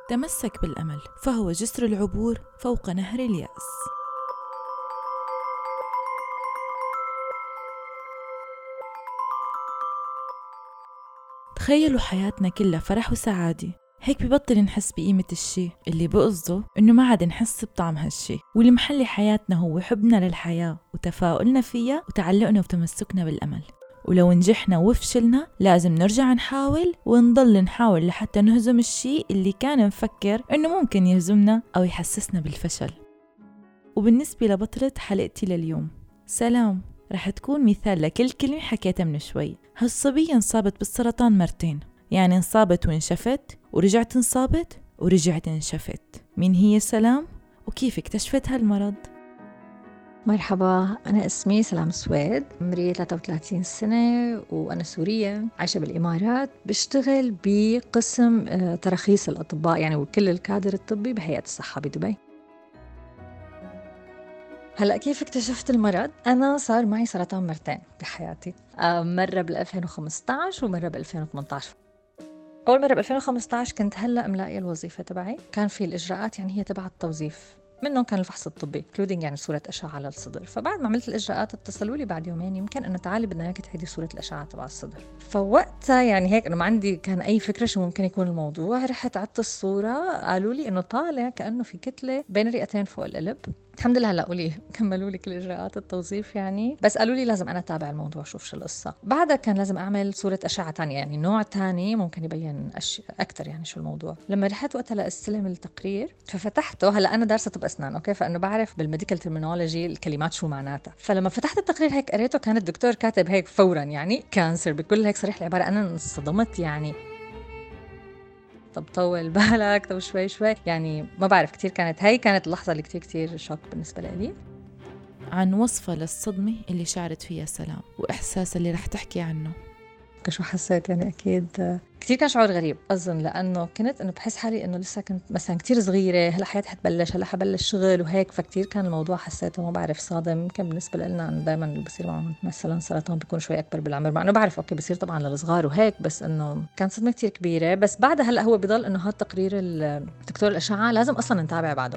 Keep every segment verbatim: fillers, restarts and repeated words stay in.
تمسك بالأمل فهو جسر العبور فوق نهر اليأس. تخيلوا حياتنا كلها فرح وسعادة، هيك ببطل نحس بقيمة الشي، اللي بقصده إنه ما عاد نحس بطعم هالشي، واللي محلي حياتنا هو حبنا للحياة وتفاؤلنا فيها وتعلقنا وتمسكنا بالأمل. ولو نجحنا وفشلنا لازم نرجع نحاول ونضل نحاول لحتى نهزم الشي اللي كان نفكر إنه ممكن يهزمنا أو يحسسنا بالفشل. وبالنسبة لبطلة حلقتي لليوم، سلام، رح تكون مثال لكل كلمة حكيتها من شوي. هالصبية انصابت بالسرطان مرتين، يعني انصابت وانشفت ورجعت انصابت ورجعت انشفت. مين هي سلام وكيف اكتشفت هالمرض؟ مرحبا، أنا اسمي سلام سويد، عمري ثلاثة وثلاثين سنة وأنا سورية عايشة بالإمارات. بشتغل بقسم تراخيص الأطباء يعني وكل الكادر الطبي بهيئة الصحة بدبي. هلأ كيف اكتشفت المرض؟ أنا صار معي سرطان مرتين بحياتي، مرة بال2015 ومرة بال2018. أول مرة ب2015 كنت هلأ ملاقية الوظيفة تبعي، كان في الإجراءات يعني هي تبع التوظيف، منهم كان الفحص الطبي including يعني صورة أشعة على الصدر. فبعد ما عملت الإجراءات اتصلوا لي بعد يومين يمكن أنه تعالي بدنا إياك تعيدي صورة الأشعة تبع الصدر. فوقتها يعني هيك أنه ما عندي كان أي فكرة شو ممكن يكون الموضوع، رحت عدت الصورة، قالوا لي أنه طالع كأنه في كتلة بين الرئتين فوق القلب. الحمد لله هلا قولي كملوا لي كل اجراءات التوظيف يعني، بس قالوا لي لازم انا اتابع الموضوع شوف شو القصه. بعدها كان لازم اعمل صوره اشعه ثانيه يعني نوع ثاني ممكن يبين أش... اكثر يعني شو الموضوع. لما رحت وقتها لاستلم التقرير ففتحته، هلا انا دارسه طب اسنان اوكي، فانه بعرف بالميديكال ترمينولوجي الكلمات شو معناتها. فلما فتحت التقرير هيك قريته كان الدكتور كاتب هيك فورا يعني كانسر بكل هيك صريح العباره. انا انصدمت يعني، طب طول بالك، طب شوي شوي يعني ما بعرف كتير. كانت هاي كانت اللحظة اللي كتير كتير شوك بالنسبة لي. عن وصفة للصدمة اللي شعرت فيها سلام وإحساس اللي رح تحكي عنه. شو حسيت يعني أكيد كتير كان شعور غريب أظن، لأنه كنت إنه بحس حالي إنه لسه كنت مثلا كتير صغيرة، هلا حياتي حتبلش، هلا حبلش شغل وهيك، فكتير كان الموضوع حسيته ما بعرف صادم. يمكن بالنسبة لنا إنه دائما اللي بصير معهم مثلا سرطان بيكون شوي أكبر بالعمر، مع إنه بعرف أوكي بصير طبعا للصغار وهيك، بس إنه كان صدمة كتير كبيرة. بس بعدها هلا هو بضل إنه هاد تقرير الدكتور الأشعة لازم أصلا نتابع بعده.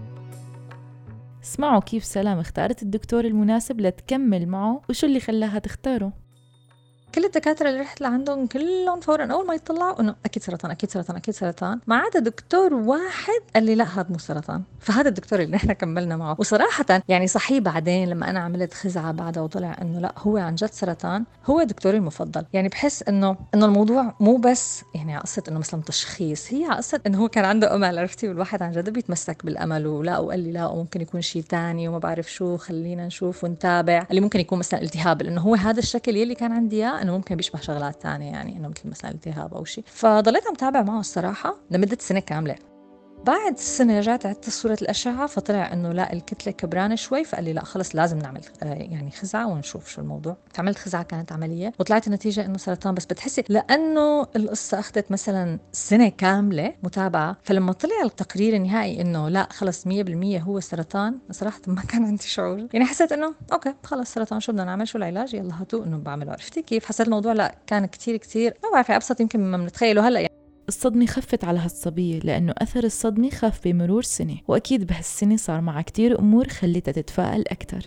اسمعوا كيف سلام اختارت الدكتور المناسب لتكمل معه وشو اللي خلاها تختاره. كل الدكاترة اللي رحت لعندهم كلهم فورا أول ما يطلعوا إنه أكيد سرطان أكيد سرطان أكيد سرطان، ما عدا دكتور واحد قال لي لا هذا مو سرطان. فهذا الدكتور اللي نحن كملنا معه. وصراحة يعني صحيح بعدين لما أنا عملت خزعة بعدها وطلع إنه لا هو عن جد سرطان، هو دكتوري المفضل. يعني بحس إنه إنه الموضوع مو بس يعني قصة إنه مثلا تشخيص، هي قصة إنه هو كان عنده أمل، عرفتي، والواحد عن جد بيتمسك بالأمل. ولا وقال لي لا وممكن يكون شيء تاني وما بعرف شو، خلينا نشوف ونتابع اللي ممكن يكون مثلا التهاب، لأنه هو هذا الشكل يلي كان عندي إياه إنه ممكن بيشبه شغلات تانية يعني إنه مثل مثلا التهاب أو شيء. فضليت عم تابع معه الصراحة لمدة سنة كاملة. بعد سنة رجعت عدت صورة الأشعة فطلع إنه لا الكتلة كبرانة شوي، فقال لي لا خلص لازم نعمل يعني خزعة ونشوف شو الموضوع. عملت خزعة كانت عملية وطلعت النتيجة إنه سرطان. بس بتحسي لأنه القصة أخذت مثلا سنة كاملة متابعة، فلما طلع التقرير النهائي إنه لا خلص مية بالمية هو سرطان، صراحة ما كان عندي شعور يعني. حسيت إنه أوكي خلص سرطان شو بدنا نعمل، شو العلاج، يلا هاتوا إنه بعمله. عرفتي كيف حسيت الموضوع؟ لا كان كتير كتير ما بعرف أبسط يمكن مما بنتخيله هلا يعني. الصدمة خفت على هالصبية لأنه أثر الصدمة خف بمرور سنة، وأكيد بهالسنة صار معها كتير أمور خلتها تتفائل أكتر.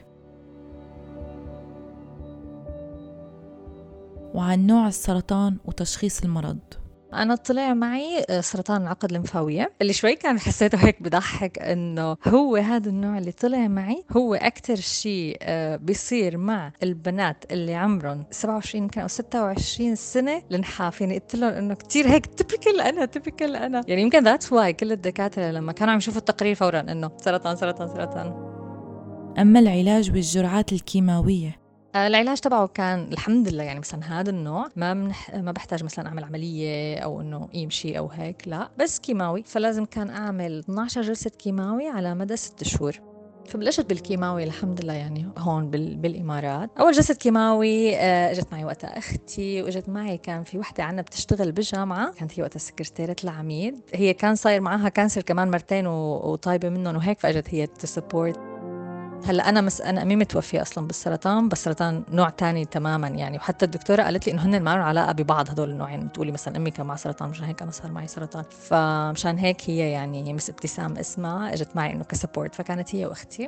وعن نوع السرطان وتشخيص المرض، أنا طلع معي سرطان العقد الليمفاوية، اللي شوي كان حسيته هيك بضحك إنه هو هذا النوع اللي طلع معي هو أكتر شيء بيصير مع البنات اللي عمرهم سبعة وعشرين يمكن أو ستة وعشرين سنة لنحاف. يعني قلت لهم إنه كتير هيك تيبيكال أنا تيبيكال أنا يعني. يمكن ذاتس واي كل الدكاترة لما كانوا عم يشوفوا التقرير فورا إنه سرطان سرطان سرطان. أما العلاج والجرعات الكيماوية، العلاج تبعه كان الحمد لله يعني مثلا هذا النوع ما منح ما بحتاج مثلا اعمل عمليه او انه يمشي او هيك، لا بس كيماوي. فلازم كان اعمل اثنعش جلسه كيماوي على مدى ست شهور. فبلشت بالكيماوي الحمد لله يعني هون بالامارات. اول جلسه كيماوي اجت معي وقتها اختي، واجت معي كان في وحده عنا بتشتغل بالجامعه، كانت هي وقتها سكرتيره العميد، هي كان صاير معها كانسر كمان مرتين وطايبه منهم وهيك، فاجت هي تسبورت. هلا انا مس انا امي متوفيه اصلا بالسرطان، بس سرطان نوع تاني تماما يعني، وحتى الدكتوره قالت لي انه هن ما لهم علاقه ببعض هدول النوعين. تقولي مثلا امي كان معها سرطان مشان هيك انا صار معي سرطان، فمشان هيك هي يعني مس ابتسام اسمها اجت معي انه كسبورت، فكانت هي واختي.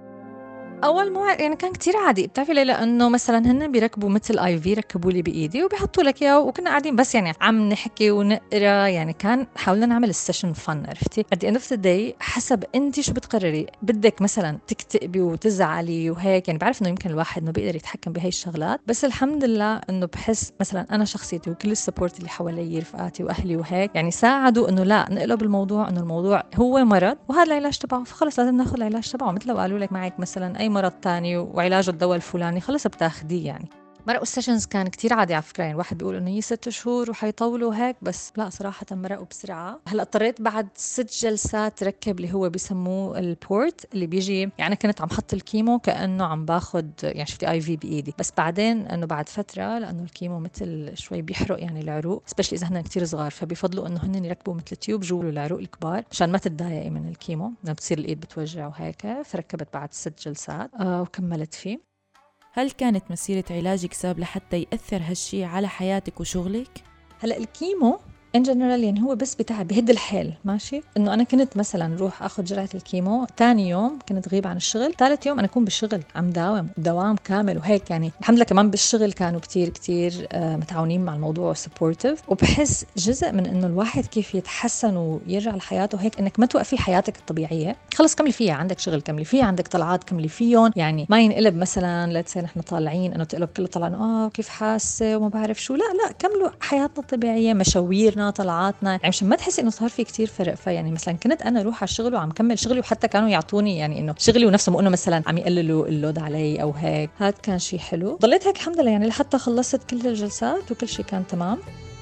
اول ما يعني كان كتير عادي، بتعرفي ليه؟ لانه مثلا هن بيركبوا مثل اي في، ركبوا لي بايدي وبيحطوا لك اياه، وكنا قاعدين بس يعني عم نحكي ونقرا، يعني كان حاولنا نعمل السيشن فن، عرفتي؟ at the end of the day حسب انت شو بتقرري، بدك مثلا تكتئبي وتزعلي وهيك، يعني بعرف انه يمكن الواحد ما بيقدر يتحكم بهي الشغلات، بس الحمد لله انه بحس مثلا انا شخصيتي وكل السبورت اللي حوالي رفقاتي واهلي وهيك يعني ساعدوا انه لا نقلب الموضوع انه الموضوع هو مرض وهذا العلاج تبعه، فخلص لازم ناخذ العلاج تبعه. مثل لو قالوا لك معك مثلا اي مرض تاني وعلاجه الدواء الفلاني، خلص بتاخديه يعني. مرقوا السيشنز كان كتير عادي على فكرة، يعني الواحد بيقول انه هي ست شهور وحيطولوا هيك، بس لا صراحة مرقوا بسرعة. هلا اضطريت بعد ست جلسات ركب اللي هو بيسموه البورت، اللي بيجي يعني أنا كنت عم حط الكيمو كأنه عم باخد يعني شفتي اي في بايدي، بس بعدين انه بعد فترة لانه الكيمو مثل شوي بيحرق يعني العروق، سبيشلي اذا هن كتير صغار، فبيفضلوا انه هن يركبوا مثل تيوب جوا العروق الكبار مشان ما تتضايقي من الكيمو، لما بتصير الايد بتوجع وهيك. فركبت بعد ست جلسات آه وكملت فيه. هل كانت مسيرة علاجك ساب لحتى يأثر هالشي على حياتك وشغلك؟ هلا الكيمو ان جنرال يعني هو بس بتعب بهد الحيل، ماشي؟ انه انا كنت مثلا روح اخذ جرعه الكيمو، ثاني يوم كنت غيب عن الشغل، ثالث يوم انا اكون بالشغل عم داوم دوام كامل وهيك يعني. الحمد لله كمان بالشغل كانوا كتير كتير آه متعاونين مع الموضوع وسبورتيف، وبحس جزء من انه الواحد كيف يتحسن ويرجع لحياته هيك انك ما توقفي حياتك الطبيعيه، خلص كملي فيها، عندك شغل كملي فيها، عندك طلعات كملي فيهم، يعني ما ينقلب مثلا لتس نحن طالعين انه تقلب كل طلعان اه كيف حاسه وما بعرف شو، لا لا كملوا حياتنا الطبيعيه، مشاويرنا طلعاتنا، يعني مشان ما تحسي انه صار في كتير فرق. فيعني مثلا كنت انا اروح على الشغل وعم كمل شغلي، وحتى كانوا يعطوني يعني انه شغلي ونفسه مو انه مثلا عم يقللوا اللود علي او هيك، هاد كان شيء حلو. ضليت هيك الحمد لله يعني لحتى خلصت كل الجلسات وكل شيء كان تمام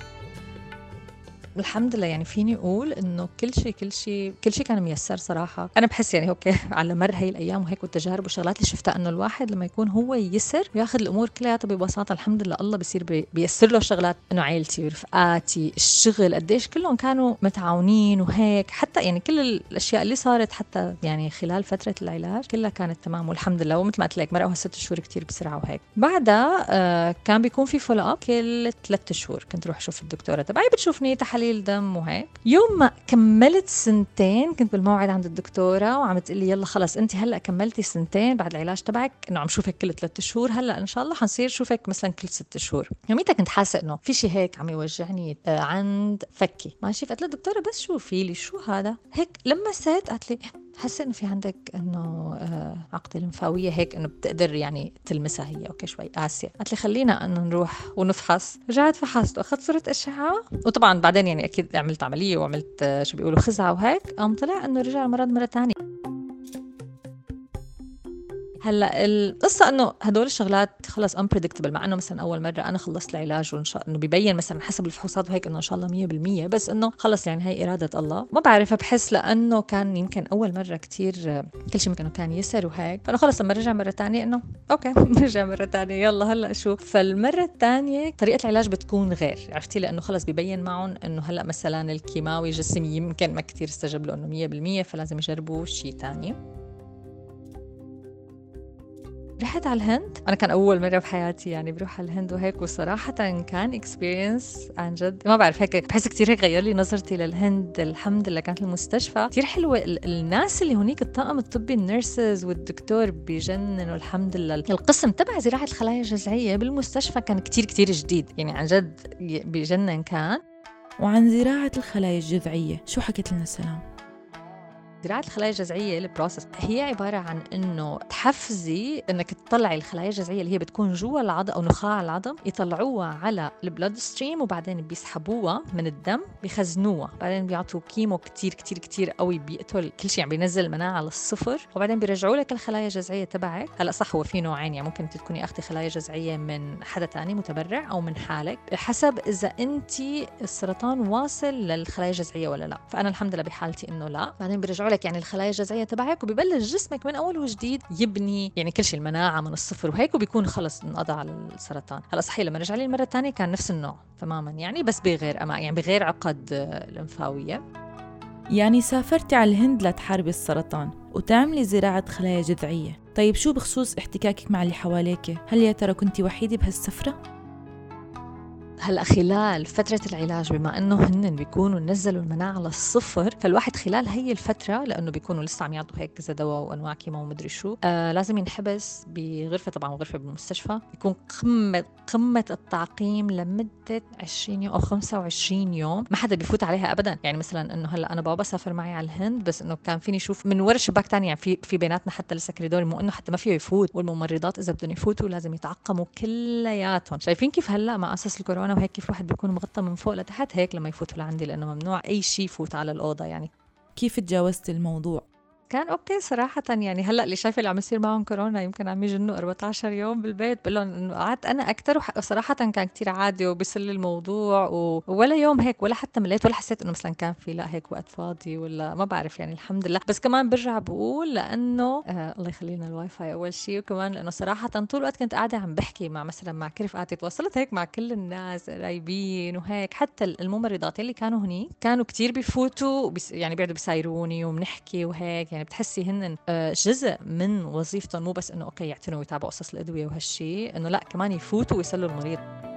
الحمد لله. يعني فيني اقول انه كل شيء كل شيء كل شيء كان ميسر صراحه. انا بحس يعني اوكي على مر هي الايام وهيك والتجارب والشغلات اللي شفتها، انه الواحد لما يكون هو يسر وياخذ الامور كلها ببساطه الحمد لله الله بيصير بي بيسر له الشغلات. انه عائلتي ورفقاتي الشغل قديش كلهم كانوا متعاونين وهيك، حتى يعني كل الاشياء اللي صارت حتى يعني خلال فتره العلاج كلها كانت تمام والحمد لله. ومثل ما قلت لك مرقوا ست شهور كتير بسرعه وهيك. بعدها آه كان بيكون في فولو اب كل ثلاث شهور، كنت روح اشوف الدكتوره تبعي بتشوفني تحاليل دم وهيك. يوم ما كملت سنتين كنت بالموعد عند الدكتوره وعم تقول لي يلا خلص انت هلا كملتي سنتين بعد العلاج تبعك، انه عم شوفك كل ثلاث شهور، هلا ان شاء الله حنصير شوفك مثلا كل ست شهور. يوميتها كنت حاسه انه في شيء هيك عم يوجعني آه عند فكي، ماشي؟ فقلت للدكتوره بس شوفي لي شو هذا هيك. لما سيت قالت لي حاسه انه في عندك انه آه عقده لمفاويه هيك، انه بتقدر يعني تلمسها هي اوكي شوي قاسيه. قالت لي خلينا انه نروح ونفحص. رجعت فحصت واخذت صوره اشعه، وطبعا بعدين يعني اكيد عملت عمليه وعملت آه شو بيقولوا خزعه وهيك، قام طلع انه رجع المرض مره ثانيه. هلا القصه انه هدول الشغلات خلص unpredictable، مع انه مثلا اول مره انا خلصت العلاج وان شاء انه ببين مثلا حسب الفحوصات وهيك انه ان شاء الله مية بالمية، بس انه خلص يعني هي اراده الله. ما بعرف بحس لانه كان يمكن اول مره كتير كل شيء كانه كان يسر وهيك، فانا خلص لما رجع مره ثانيه انه اوكي رجع مره ثانيه يلا هلا اشوف. فالمره الثانيه طريقه العلاج بتكون غير، عرفتي؟ لانه خلص ببين معهم انه هلا مثلا الكيماوي جسمي يمكن ما كتير استجب له انه مية بالمية، فلازم يجربوا شيء ثاني. رحت على الهند. أنا كان أول مرة بحياتي يعني بروح على الهند وهيك، وصراحة كان إكسبيرينس عن جد ما بعرف هيك بحس كتير هيك غير لي نظرتي للهند. الحمد لله كانت المستشفى كتير حلوة، الناس اللي هنيك الطاقم الطبي النيرسز والدكتور بيجننوا الحمد لله. القسم تبع زراعة الخلايا الجذعية بالمستشفى كان كتير كتير جديد يعني عن جد بيجنن كان. وعن زراعة الخلايا الجذعية شو حكت لنا سلام؟ زراعة الخلايا الجذعية البروسس هي عبارة عن إنه تحفزي إنك تطلعي الخلايا الجذعية اللي هي بتكون جوا العظم أو نخاع العظم، يطلعوها على البلود ستريم وبعدين بيسحبوها من الدم بيخزنوها، بعدين بيعطوا كيمو كتير كتير كتير قوي بيقتل كل شيء، عم بينزل المناعة للصفر، وبعدين بيرجعوا لك الخلايا الجذعية تبعك. هلا صح هو في نوعين، يعني ممكن تكوني أخذي خلايا جذعية من حدا تاني متبرع أو من حالك، حسب إذا أنت السرطان واصل للخلايا الجذعية ولا لا. فأنا الحمد لله بحالتي إنه لا. بعدين بيرجعوا لك يعني الخلايا الجذعيه تبعك وببلش جسمك من اول وجديد يبني يعني كل شيء المناعه من الصفر وهيك، وبيكون خلص انقضى على السرطان. هلا صحيح لما رجع لي المره الثانيه كان نفس النوع تماما يعني، بس بغير أما يعني بغير عقد الليمفاويه. يعني سافرتي على الهند لتحاربي السرطان وتعملي زراعة خلايا جذعية. طيب شو بخصوص احتكاكك مع اللي حواليك؟ هل يا ترى كنتي وحيدة بهالسفرة؟ هلأ خلال فترة العلاج بما أنه هن بيكونوا نزلوا المناعة للصفر، فالواحد خلال هي الفترة لأنه بيكونوا لسه عم يعطوا هيك كذا دواء وأنواع كيمو ومدري شو، آه لازم ينحبس بغرفة، طبعا غرفة بالمستشفى، يكون قمة قمة التعقيم لمدة عشرين يوم أو خمسة وعشرين يوم، ما حدا بيفوت عليها أبدا. يعني مثلا أنه هلأ أنا بابا سافر معي على الهند، بس أنه كان فيني شوف من ورا شباك تاني، يعني في في بيناتنا حتى لسه كريدور، مو أنه حتى ما فيه يفوت، والممرضات إذا بدهم يفوتوا لازم يتعقموا كلياتهم. شايفين كيف هلأ مع أساس الكورونا وهيك كيف واحد بيكون مغطى من فوق لتحت، هيك لما يفوتوا لعندي لأنه ممنوع أي شيء يفوت على الأوضة. يعني كيف تجاوزت الموضوع؟ كان اوكي صراحه. يعني هلا اللي شايفه اللي عم يصير معهم كورونا يمكن عم يجنوا أربعة عشر يوم بالبيت، بقول لهم انه قعدت انا اكثر، وصراحه كان كتير عادي وبيسل الموضوع، ولا يوم هيك ولا حتى مليت ولا حسيت انه مثلا كان في لا هيك وقت فاضي ولا ما بعرف. يعني الحمد لله. بس كمان برجع بقول لانه آه الله يخلي لنا الواي فاي اول شيء، وكمان لانه صراحه طول الوقت كنت قاعده عم بحكي مع مثلا مع كيف قعدت تواصلت هيك مع كل الناس قرايبين وهيك، حتى الممرضات اللي كانوا هني كانوا كتير بيفوتوا بيس يعني بيقعدوا بيسايروني وبنحكي وهيك. يعني بتحسي هن جزء من وظيفتهم، مو بس انه اوكي يعتنوا ويتابعوا قصص الادويه وهالشيء، انه لا كمان يفوتوا ويسلوا المريض.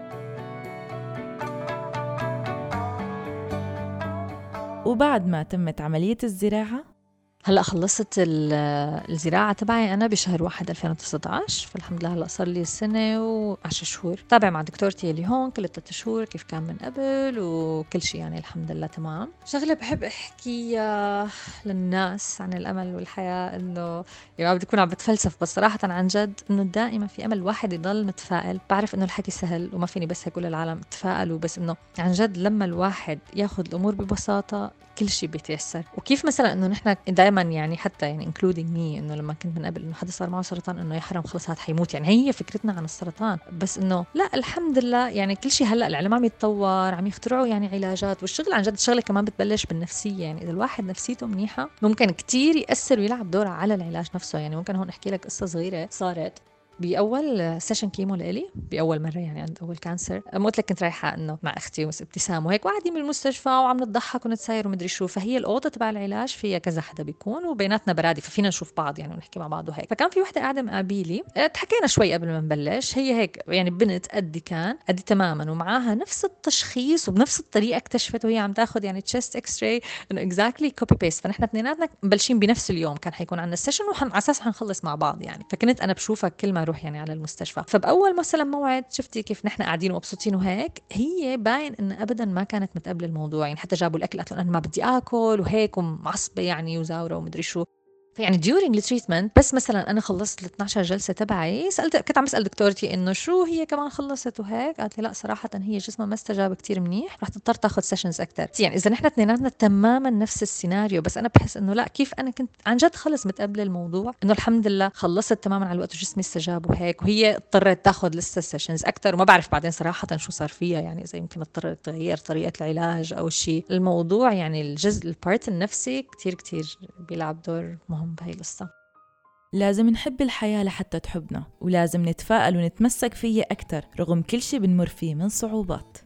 وبعد ما تمت عملية الزراعة، هلا خلصت الزراعه تبعي انا بشهر واحد ألفين وتسعة عشر، فالحمد لله هلا صار لي سنه وعشر شهور تابع مع دكتورتي اللي هون كل ثلاث شهور كيف كان من قبل وكل شيء. يعني الحمد لله تمام. شغله بحب احكي للناس عن الامل والحياه، انه يعني بدي اكون عم بتفلسف، بس صراحه عن جد انه دائما في امل. الواحد يضل متفائل. بعرف انه الحكي سهل وما فيني بس هيك اقول للعالم تفائلوا، بس انه عن جد لما الواحد ياخذ الامور ببساطه كل شيء بيتيسر. وكيف مثلا انه نحن دائما يعني حتى يعني including me انه لما كنت من قبل انه حدا صار معه سرطان انه يا حرام خلص هاد حيموت، يعني هي فكرتنا عن السرطان. بس انه لا الحمد لله يعني كل شيء هلا العلم عم يتطور، عم يخترعوا يعني علاجات، والشغل عن جد الشغله كمان بتبلش بالنفسيه. يعني اذا الواحد نفسيته منيحه ممكن كتير ياثر ويلعب دور على العلاج نفسه. يعني ممكن هون احكي لك قصه صغيره صارت بأول سيشن كيمو لإلي بأول مرة، يعني عند أول كانسر. قلت لك كنت رايحة إنه مع أختي وابتسام وهيك وقاعدين بالمستشفى وعم نضحك ونتساير ومدري شو، فهي الأوضة تبع العلاج فيها كذا حدا بيكون وبيناتنا برادي ففينا نشوف بعض يعني ونحكي مع بعض وهيك. فكان في وحدة قاعدة مقابلي، تحكينا شوي قبل ما نبلش. هي هيك يعني بنت قدي كان قدي تماما ومعاها نفس التشخيص وبنفس الطريقة اكتشفت وهي عم تاخذ يعني تشيست اكس راي إنه اكزاكتلي كوبي بيست. فنحن اثنيناتنا مبلشين بنفس اليوم، كان حيكون عندنا السيشن وعلى اساس حنخلص مع بعض يعني. فكنت انا بشوفها كل ما اروح يعني على المستشفى. فبأول مثلا موعد شفتي كيف نحن قاعدين ومبسوطين وهيك، هي باين إن أبدا ما كانت متقبلة الموضوع. يعني حتى جابوا الأكل قالت أنا ما بدي آكل وهيك ومعصبة يعني وزاورة ومدري شو. فيعني during the treatment بس مثلا أنا خلصت ال اثناشر جلسة تبعي، سألت كنت عم بسأل دكتورتي إنه شو هي كمان خلصت وهيك، قالت لي لا صراحة هي جسمها ما استجاب كتير منيح، رح تضطر تاخذ سيشنز أكتر. يعني إذا نحن اثنيناتنا تماما نفس السيناريو، بس أنا بحس إنه لا كيف أنا كنت عن جد خلص متقبلة الموضوع، إنه الحمد لله خلصت تماما على الوقت وجسمي استجاب وهيك، وهي اضطرت تاخذ لسه سيشنز أكتر. وما بعرف بعدين صراحة شو صار فيها، يعني إذا يمكن اضطرت تغير طريقة العلاج أو شيء. الموضوع يعني الجزء البارت النفسي كتير كتير بيلعب دور مهم بهاي القصة. لازم نحب الحياة لحتى تحبنا، ولازم نتفائل ونتمسك فيها أكتر رغم كل شي بنمر فيه من صعوبات.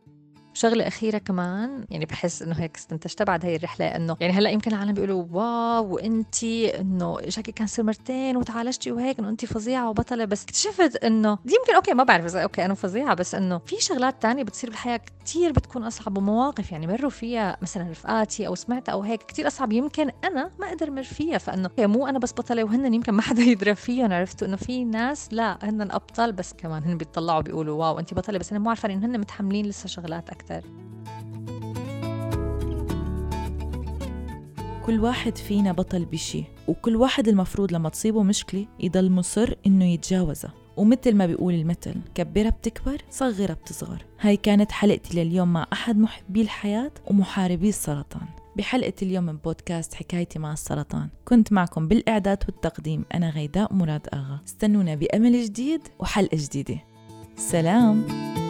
شغلة أخيرة كمان يعني بحس إنه هيك استنتجت بعد هاي الرحلة، إنه يعني هلأ يمكن العالم بيقولوا واو وإنتي إنه جاكي كانسر مرتين وتعالجتي وهيك إنه إنتي فظيعة وبطلة، بس اكتشفت إنه دي يمكن أوكي ما بعرف إذا أوكي أنا فظيعة، بس إنه في شغلات تانية بتصير بالحياة كتير بتكون أصعب، ومواقف يعني مروا فيها مثلا رفقاتي أو سمعت أو هيك كتير أصعب يمكن أنا ما أقدر مر فيها. فإنه مو أنا بس بطلة وهن يمكن ما حدا يدرى فيهم. عرفتوا إنه في ناس لا هن أبطال، بس كمان هن بيطلعوا بيقولوا واو أنتي بطلة، بس أنا مو عارفة إن هن متحملين لسه شغلات أكتر. كل واحد فينا بطل بشي، وكل واحد المفروض لما تصيبه مشكلة يضل مصر إنه يتجاوزها. ومثل ما بيقول المثل كبرها بتكبر صغرها بتصغر. هاي كانت حلقتي لليوم مع أحد محبي الحياة ومحاربي السرطان. بحلقة اليوم من بودكاست حكايتي مع السرطان كنت معكم بالإعداد والتقديم أنا غيداء مراد آغا. استنونا بأمل جديد وحلقة جديدة. سلام.